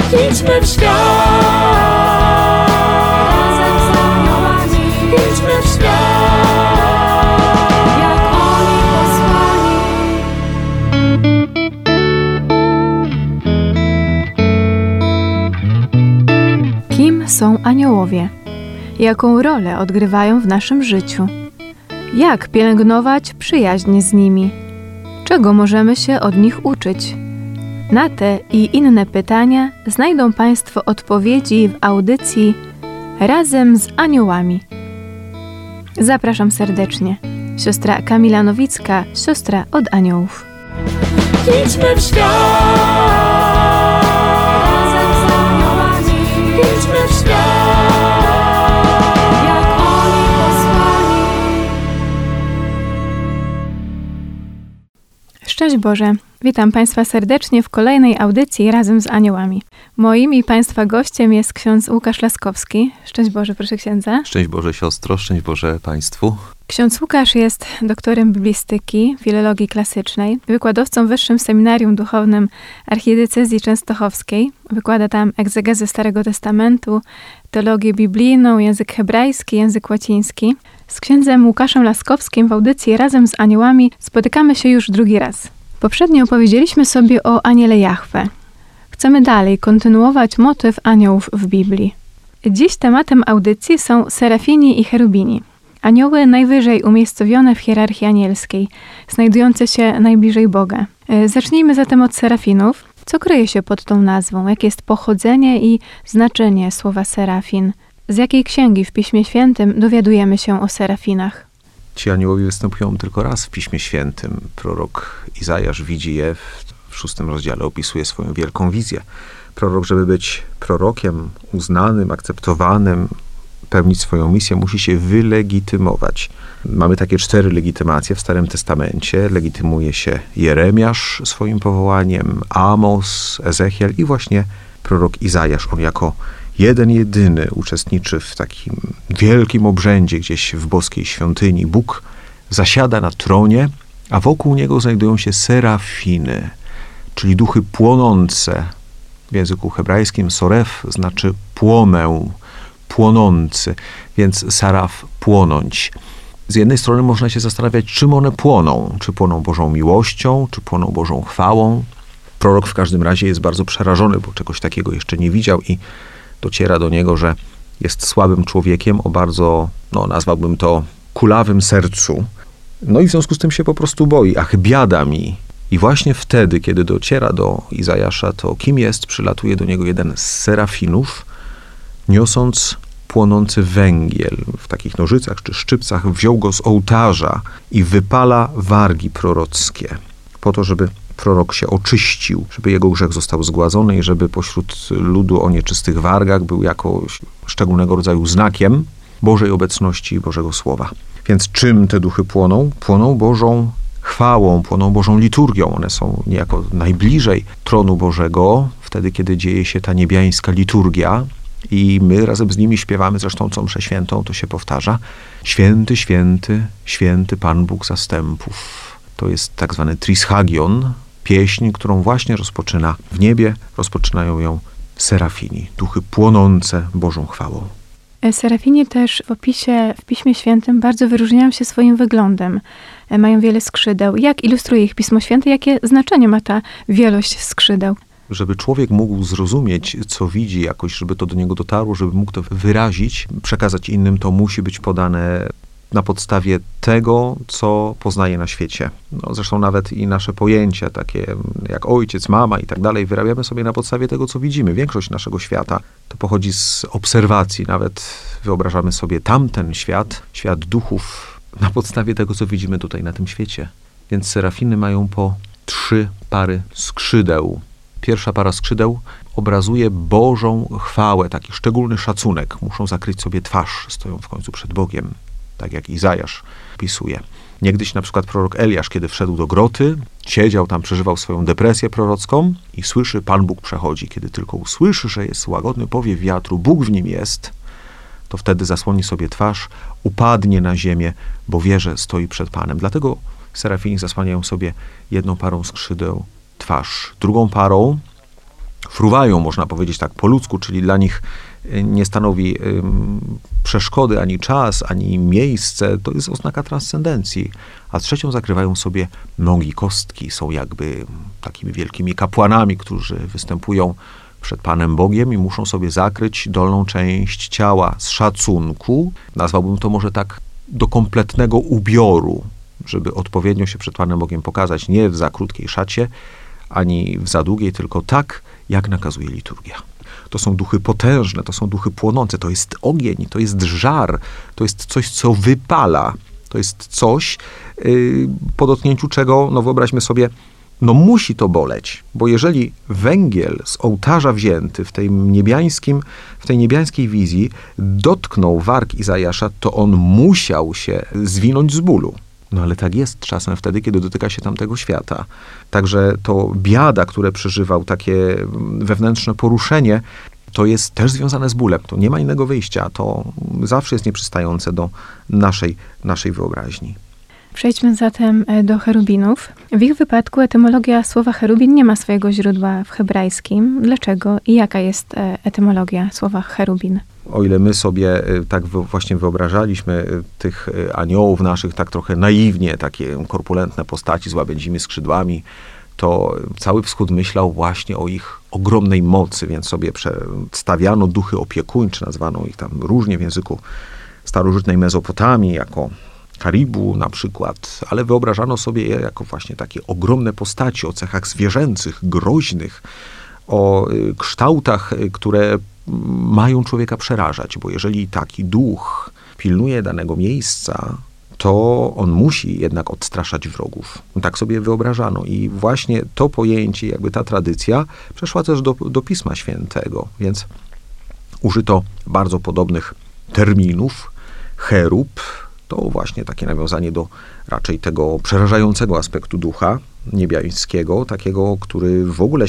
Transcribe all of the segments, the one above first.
Idźmy w świat. Razem z aniołami. Idźmy w świat. Jak oni posłani. Kim są aniołowie? Jaką rolę odgrywają w naszym życiu? Jak pielęgnować przyjaźń z nimi? Czego możemy się od nich uczyć? Na te i inne pytania znajdą Państwo odpowiedzi w audycji Razem z aniołami. Zapraszam serdecznie. Siostra Kamila Nowicka, siostra od aniołów. Idźmy w świat. Razem z aniołami. Idźmy w świat. Jak oni posłani. Szczęść Boże! Witam Państwa serdecznie w kolejnej audycji Razem z aniołami. Moim i Państwa gościem jest ksiądz Łukasz Laskowski. Szczęść Boże, proszę księdza. Szczęść Boże, siostro, szczęść Boże Państwu. Ksiądz Łukasz jest doktorem biblistyki, filologii klasycznej, wykładowcą w Wyższym Seminarium Duchownym Archidiecezji Częstochowskiej. Wykłada tam egzegezę Starego Testamentu, teologię biblijną, język hebrajski, język łaciński. Z księdzem Łukaszem Laskowskim w audycji Razem z aniołami spotykamy się już drugi raz. Poprzednio opowiedzieliśmy sobie o aniele Jahwe. Chcemy dalej kontynuować motyw aniołów w Biblii. Dziś tematem audycji są serafini i cherubini. Anioły najwyżej umiejscowione w hierarchii anielskiej, znajdujące się najbliżej Boga. Zacznijmy zatem od serafinów. Co kryje się pod tą nazwą? Jakie jest pochodzenie i znaczenie słowa serafin? Z jakiej księgi w Piśmie Świętym dowiadujemy się o serafinach? Ci aniołowie występują tylko raz w Piśmie Świętym. Prorok Izajasz widzi je w 6 rozdziale, opisuje swoją wielką wizję. Prorok, żeby być prorokiem uznanym, akceptowanym, pełnić swoją misję, musi się wylegitymować. Mamy takie 4 legitymacje w Starym Testamencie. Legitymuje się Jeremiasz swoim powołaniem, Amos, Ezechiel i właśnie prorok Izajasz. On jako jeden, jedyny uczestniczy w takim wielkim obrzędzie gdzieś w boskiej świątyni. Bóg zasiada na tronie, a wokół niego znajdują się serafiny, czyli duchy płonące. W języku hebrajskim soref znaczy płomę, płonący, więc saraf płonąć. Z jednej strony można się zastanawiać, czym one płoną. Czy płoną Bożą miłością, czy płoną Bożą chwałą. Prorok w każdym razie jest bardzo przerażony, bo czegoś takiego jeszcze nie widział i dociera do niego, że jest słabym człowiekiem o bardzo, nazwałbym to, kulawym sercu. No i w związku z tym się po prostu boi. Ach, biada mi. I właśnie wtedy, kiedy dociera do Izajasza, to kim jest, przylatuje do niego jeden z serafinów, niosąc płonący węgiel w takich nożycach czy szczypcach, wziął go z ołtarza i wypala wargi prorockie, po to, żeby prorok się oczyścił, żeby jego grzech został zgładzony i żeby pośród ludu o nieczystych wargach był jako szczególnego rodzaju znakiem Bożej obecności i Bożego Słowa. Więc czym te duchy płoną? Płoną Bożą chwałą, płoną Bożą liturgią. One są niejako najbliżej tronu Bożego, wtedy, kiedy dzieje się ta niebiańska liturgia i my razem z nimi śpiewamy, zresztą co mszę świętą, to się powtarza: Święty, święty, święty Pan Bóg zastępów. To jest tak zwany trishagion, pieśń, którą właśnie rozpoczyna w niebie, rozpoczynają ją serafini, duchy płonące Bożą chwałą. Serafini też w Piśmie Świętym bardzo wyróżniają się swoim wyglądem. Mają wiele skrzydeł. Jak ilustruje ich Pismo Święte? Jakie znaczenie ma ta wielość skrzydeł? Żeby człowiek mógł zrozumieć, co widzi jakoś, żeby to do niego dotarło, żeby mógł to wyrazić, przekazać innym, to musi być podane na podstawie tego, co poznaje na świecie. Zresztą nawet i nasze pojęcia, takie jak ojciec, mama i tak dalej, wyrabiamy sobie na podstawie tego, co widzimy. Większość naszego świata to pochodzi z obserwacji. Nawet wyobrażamy sobie tamten świat, świat duchów, na podstawie tego, co widzimy tutaj na tym świecie. Więc serafiny mają po 3 pary skrzydeł. Pierwsza para skrzydeł obrazuje Bożą chwałę, taki szczególny szacunek. Muszą zakryć sobie twarz, stoją w końcu przed Bogiem, tak jak Izajasz opisuje. Niegdyś na przykład prorok Eliasz, kiedy wszedł do groty, siedział tam, przeżywał swoją depresję prorocką i słyszy, Pan Bóg przechodzi. Kiedy tylko usłyszy, że jest łagodny powiew wiatru, Bóg w nim jest, to wtedy zasłoni sobie twarz, upadnie na ziemię, bo wie, że stoi przed Panem. Dlatego serafini zasłaniają sobie jedną parą skrzydeł twarz. Drugą parą fruwają, można powiedzieć tak po ludzku, czyli dla nich nie stanowi przeszkody ani czas, ani miejsce, to jest oznaka transcendencji. A trzecią zakrywają sobie nogi, kostki, są jakby takimi wielkimi kapłanami, którzy występują przed Panem Bogiem i muszą sobie zakryć dolną część ciała z szacunku, nazwałbym to może tak, do kompletnego ubioru, żeby odpowiednio się przed Panem Bogiem pokazać, nie w za krótkiej szacie, ani w za długiej, tylko tak, jak nakazuje liturgia. To są duchy potężne, to są duchy płonące, to jest ogień, to jest żar, to jest coś, co wypala. To jest coś, po dotknięciu czego, no wyobraźmy sobie, no musi to boleć, bo jeżeli węgiel z ołtarza wzięty w tej niebiańskiej wizji dotknął warg Izajasza, to on musiał się zwinąć z bólu. No ale tak jest czasem wtedy, kiedy dotyka się tamtego świata. Także to biada, które przeżywał, takie wewnętrzne poruszenie, to jest też związane z bólem. To nie ma innego wyjścia. To zawsze jest nieprzystające do naszej wyobraźni. Przejdźmy zatem do cherubinów. W ich wypadku etymologia słowa cherubin nie ma swojego źródła w hebrajskim. Dlaczego i jaka jest etymologia słowa cherubin? O ile my sobie tak właśnie wyobrażaliśmy tych aniołów naszych tak trochę naiwnie, takie korpulentne postaci z łabędzimi skrzydłami, to cały wschód myślał właśnie o ich ogromnej mocy, więc sobie przedstawiano duchy opiekuńcze, nazwano ich tam różnie w języku starożytnej Mezopotamii, jako Karibu na przykład, ale wyobrażano sobie je jako właśnie takie ogromne postaci o cechach zwierzęcych, groźnych, o kształtach, które mają człowieka przerażać, bo jeżeli taki duch pilnuje danego miejsca, to on musi jednak odstraszać wrogów. Tak sobie wyobrażano i właśnie to pojęcie, jakby ta tradycja przeszła też do Pisma Świętego, więc użyto bardzo podobnych terminów. Cherub to właśnie takie nawiązanie do raczej tego przerażającego aspektu ducha niebiańskiego, takiego, który w ogóle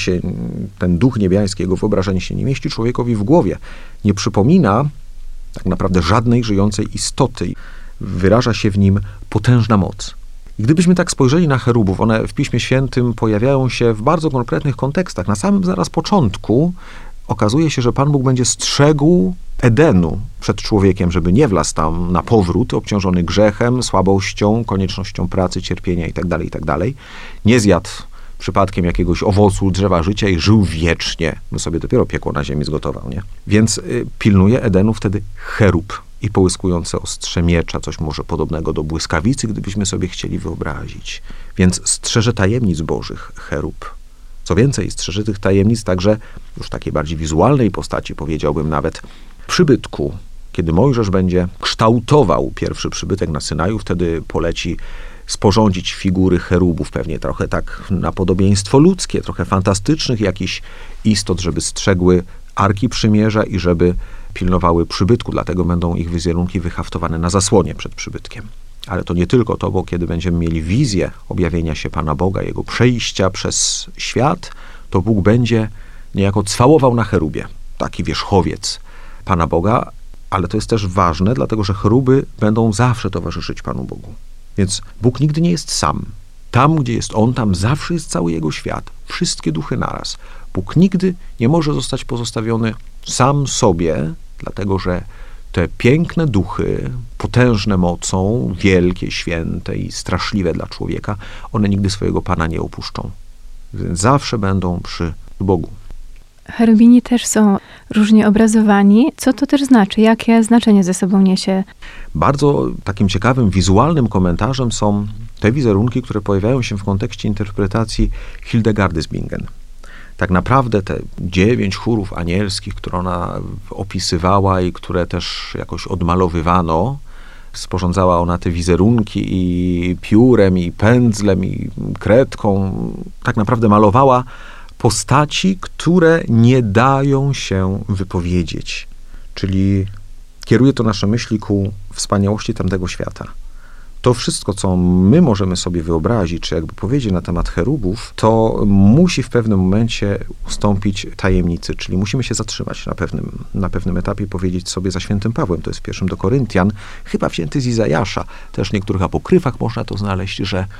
ten duch niebiański, jego wyobrażenie się nie mieści człowiekowi w głowie. Nie przypomina tak naprawdę żadnej żyjącej istoty. Wyraża się w nim potężna moc. I gdybyśmy tak spojrzeli na cherubów, one w Piśmie Świętym pojawiają się w bardzo konkretnych kontekstach. Na samym zaraz początku okazuje się, że Pan Bóg będzie strzegł Edenu przed człowiekiem, żeby nie wlazł tam na powrót, obciążony grzechem, słabością, koniecznością pracy, cierpienia itd., itd. Nie zjadł przypadkiem jakiegoś owocu drzewa życia i żył wiecznie. No sobie dopiero piekło na ziemi zgotował, nie? Więc pilnuje Edenu wtedy cherub i połyskujące ostrze miecza, coś może podobnego do błyskawicy, gdybyśmy sobie chcieli wyobrazić. Więc strzeże tajemnic bożych cherub. Co więcej, strzeże tych tajemnic także już w takiej bardziej wizualnej postaci, powiedziałbym nawet, przybytku. Kiedy Mojżesz będzie kształtował pierwszy przybytek na Synaju, wtedy poleci sporządzić figury cherubów, pewnie trochę tak na podobieństwo ludzkie, trochę fantastycznych jakichś istot, żeby strzegły Arki Przymierza i żeby pilnowały przybytku, dlatego będą ich wizerunki wyhaftowane na zasłonie przed przybytkiem. Ale to nie tylko to, bo kiedy będziemy mieli wizję objawienia się Pana Boga, Jego przejścia przez świat, to Bóg będzie niejako cwałował na cherubie, taki wierzchowiec Pana Boga, ale to jest też ważne, dlatego że cheruby będą zawsze towarzyszyć Panu Bogu. Więc Bóg nigdy nie jest sam. Tam, gdzie jest On, tam zawsze jest cały Jego świat. Wszystkie duchy naraz. Bóg nigdy nie może zostać pozostawiony sam sobie, dlatego że te piękne duchy, potężne mocą, wielkie, święte i straszliwe dla człowieka, one nigdy swojego Pana nie opuszczą. Więc zawsze będą przy Bogu. Cherubini też są różnie obrazowani. Co to też znaczy? Jakie znaczenie ze sobą niesie? Bardzo takim ciekawym, wizualnym komentarzem są te wizerunki, które pojawiają się w kontekście interpretacji Hildegardy z Bingen. Tak naprawdę te 9 chórów anielskich, które ona opisywała i które też jakoś odmalowywano, sporządzała ona te wizerunki i piórem, i pędzlem, i kredką. Tak naprawdę malowała postaci, które nie dają się wypowiedzieć. Czyli kieruje to nasze myśli ku wspaniałości tamtego świata. To wszystko, co my możemy sobie wyobrazić, czy jakby powiedzieć na temat cherubów, to musi w pewnym momencie ustąpić tajemnicy, czyli musimy się zatrzymać na pewnym etapie, powiedzieć sobie za świętym Pawłem, to jest w 1 do Koryntian, chyba wzięty z Izajasza, też w niektórych apokryfach można to znaleźć, że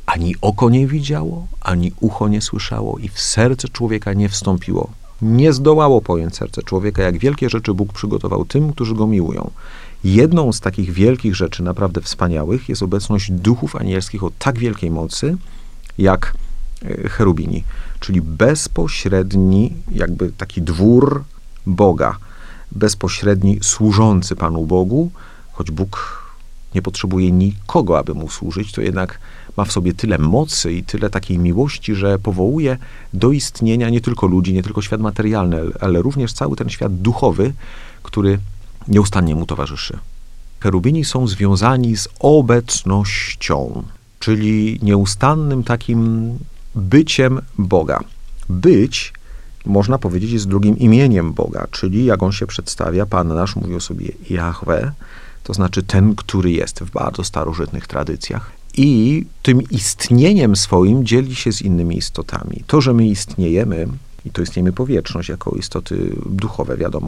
ani oko nie widziało, ani ucho nie słyszało i w serce człowieka nie wstąpiło. Nie zdołało pojąć serce człowieka, jak wielkie rzeczy Bóg przygotował tym, którzy Go miłują. Jedną z takich wielkich rzeczy, naprawdę wspaniałych, jest obecność duchów anielskich o tak wielkiej mocy, jak cherubini, czyli bezpośredni, jakby taki dwór Boga, bezpośredni służący Panu Bogu, choć Bóg nie potrzebuje nikogo, aby Mu służyć, to jednak ma w sobie tyle mocy i tyle takiej miłości, że powołuje do istnienia nie tylko ludzi, nie tylko świat materialny, ale również cały ten świat duchowy, który nieustannie Mu towarzyszy. Cherubini są związani z obecnością, czyli nieustannym takim byciem Boga. Być, można powiedzieć, jest drugim imieniem Boga, czyli jak On się przedstawia, Pan nasz mówi o sobie Jahwe, to znaczy ten, który jest w bardzo starożytnych tradycjach. I tym istnieniem swoim dzieli się z innymi istotami. To, że my istniejemy, i to istniejemy po wieczność jako istoty duchowe, wiadomo,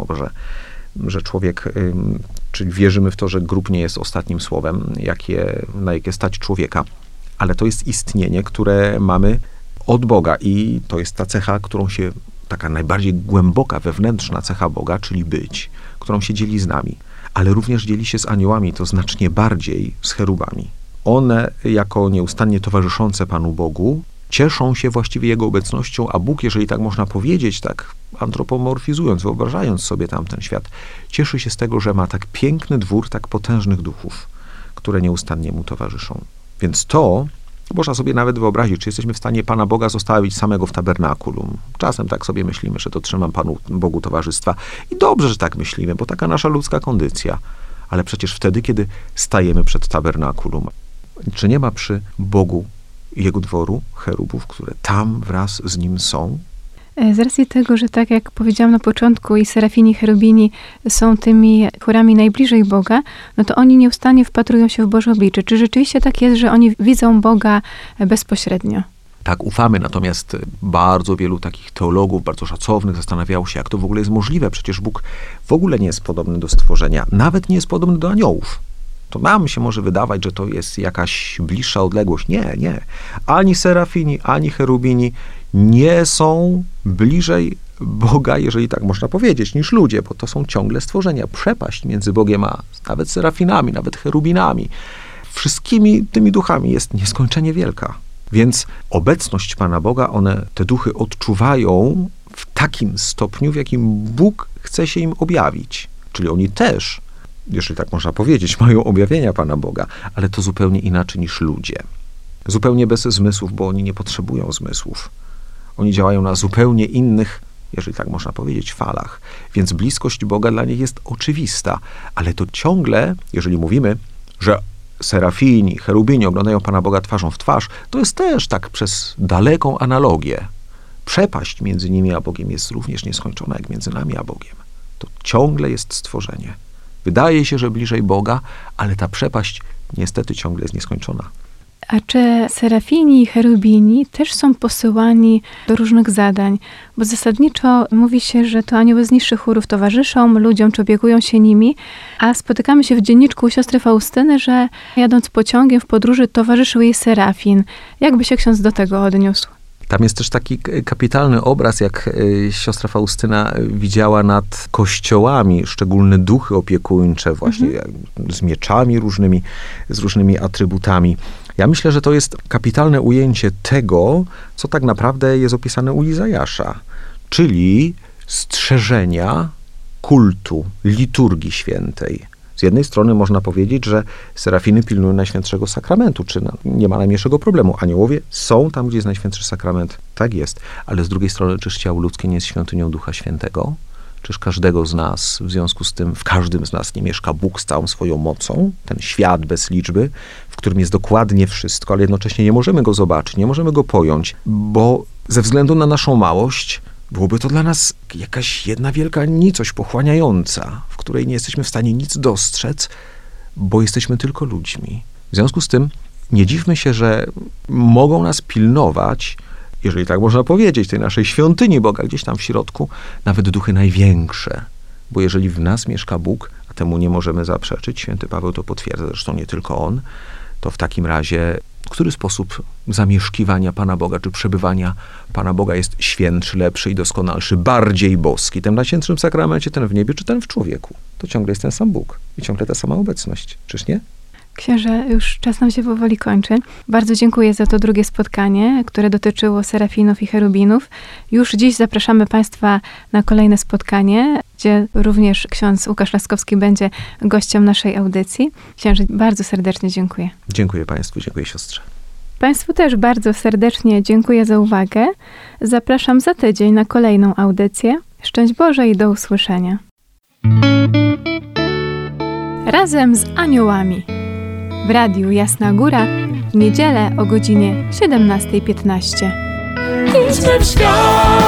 że człowiek, czyli wierzymy w to, że grób nie jest ostatnim słowem, na jakie stać człowieka, ale to jest istnienie, które mamy od Boga i to jest ta cecha, którą się, taka najbardziej głęboka, wewnętrzna cecha Boga, czyli być, którą się dzieli z nami, ale również dzieli się z aniołami, to znacznie bardziej z cherubami. One, jako nieustannie towarzyszące Panu Bogu, cieszą się właściwie Jego obecnością, a Bóg, jeżeli tak można powiedzieć, tak antropomorfizując, wyobrażając sobie tamten świat, cieszy się z tego, że ma tak piękny dwór, tak potężnych duchów, które nieustannie Mu towarzyszą. Więc to można sobie nawet wyobrazić, czy jesteśmy w stanie Pana Boga zostawić samego w tabernakulum. Czasem tak sobie myślimy, że dotrzymam Panu Bogu towarzystwa. I dobrze, że tak myślimy, bo taka nasza ludzka kondycja. Ale przecież wtedy, kiedy stajemy przed tabernakulum, czy nie ma przy Bogu i Jego dworu cherubów, które tam wraz z Nim są? Z racji tego, że tak jak powiedziałam na początku, i serafini, cherubini są tymi chórami najbliżej Boga, no to oni nieustannie wpatrują się w Boże oblicze. Czy rzeczywiście tak jest, że oni widzą Boga bezpośrednio? Tak ufamy, natomiast bardzo wielu takich teologów, bardzo szacownych, zastanawiało się, jak to w ogóle jest możliwe. Przecież Bóg w ogóle nie jest podobny do stworzenia, nawet nie jest podobny do aniołów. To nam się może wydawać, że to jest jakaś bliższa odległość. Nie. Ani serafini, ani cherubini nie są bliżej Boga, jeżeli tak można powiedzieć, niż ludzie, bo to są ciągle stworzenia. Przepaść między Bogiem a nawet serafinami, nawet cherubinami, wszystkimi tymi duchami jest nieskończenie wielka. Więc obecność Pana Boga, te duchy odczuwają w takim stopniu, w jakim Bóg chce się im objawić. Czyli oni też, jeżeli tak można powiedzieć, mają objawienia Pana Boga, ale to zupełnie inaczej niż ludzie. Zupełnie bez zmysłów, bo oni nie potrzebują zmysłów. Oni działają na zupełnie innych, jeżeli tak można powiedzieć, falach. Więc bliskość Boga dla nich jest oczywista, ale to ciągle, jeżeli mówimy, że serafini, cherubini oglądają Pana Boga twarzą w twarz, to jest też tak przez daleką analogię. Przepaść między nimi a Bogiem jest również nieskończona, jak między nami a Bogiem. To ciągle jest stworzenie. Wydaje się, że bliżej Boga, ale ta przepaść niestety ciągle jest nieskończona. A czy serafini i cherubini też są posyłani do różnych zadań? Bo zasadniczo mówi się, że to anioły z niższych chórów towarzyszą ludziom, czy opiekują się nimi, a spotykamy się w dzienniczku u siostry Faustyny, że jadąc pociągiem w podróży towarzyszył jej serafin. Jakby się ksiądz do tego odniósł? Tam jest też taki kapitalny obraz, jak siostra Faustyna widziała nad kościołami szczególne duchy opiekuńcze, właśnie z mieczami różnymi, z różnymi atrybutami. Ja myślę, że to jest kapitalne ujęcie tego, co tak naprawdę jest opisane u Izajasza, czyli strzeżenia kultu, liturgii świętej. Z jednej strony można powiedzieć, że serafiny pilnują Najświętszego Sakramentu, czy nie ma najmniejszego problemu. Aniołowie są tam, gdzie jest Najświętszy Sakrament. Tak jest. Ale z drugiej strony, czyż ciało ludzkie nie jest świątynią Ducha Świętego? Czyż każdego z nas, w związku z tym, w każdym z nas nie mieszka Bóg z całą swoją mocą? Ten świat bez liczby, w którym jest dokładnie wszystko, ale jednocześnie nie możemy go zobaczyć, nie możemy go pojąć, bo ze względu na naszą małość byłoby to dla nas jakaś jedna wielka nicość pochłaniająca, w której nie jesteśmy w stanie nic dostrzec, bo jesteśmy tylko ludźmi. W związku z tym nie dziwmy się, że mogą nas pilnować, jeżeli tak można powiedzieć, tej naszej świątyni Boga, gdzieś tam w środku, nawet duchy największe. Bo jeżeli w nas mieszka Bóg, a temu nie możemy zaprzeczyć, święty Paweł to potwierdza, zresztą nie tylko on, to w takim razie który sposób zamieszkiwania Pana Boga, czy przebywania Pana Boga jest świętszy, lepszy i doskonalszy, bardziej boski. Ten w Najświętszym Sakramencie, ten w niebie, czy ten w człowieku. To ciągle jest ten sam Bóg i ciągle ta sama obecność. Czyż nie? Księże, już czas nam się powoli kończy. Bardzo dziękuję za to drugie spotkanie, które dotyczyło serafinów i cherubinów. Już dziś zapraszamy Państwa na kolejne spotkanie, gdzie również ksiądz Łukasz Laskowski będzie gościem naszej audycji. Księże, bardzo serdecznie dziękuję. Dziękuję Państwu, dziękuję siostrze. Państwu też bardzo serdecznie dziękuję za uwagę. Zapraszam za tydzień na kolejną audycję. Szczęść Boże i do usłyszenia. Razem z aniołami. W Radiu Jasna Góra w niedzielę o godzinie 17:15. Idźmy w świat.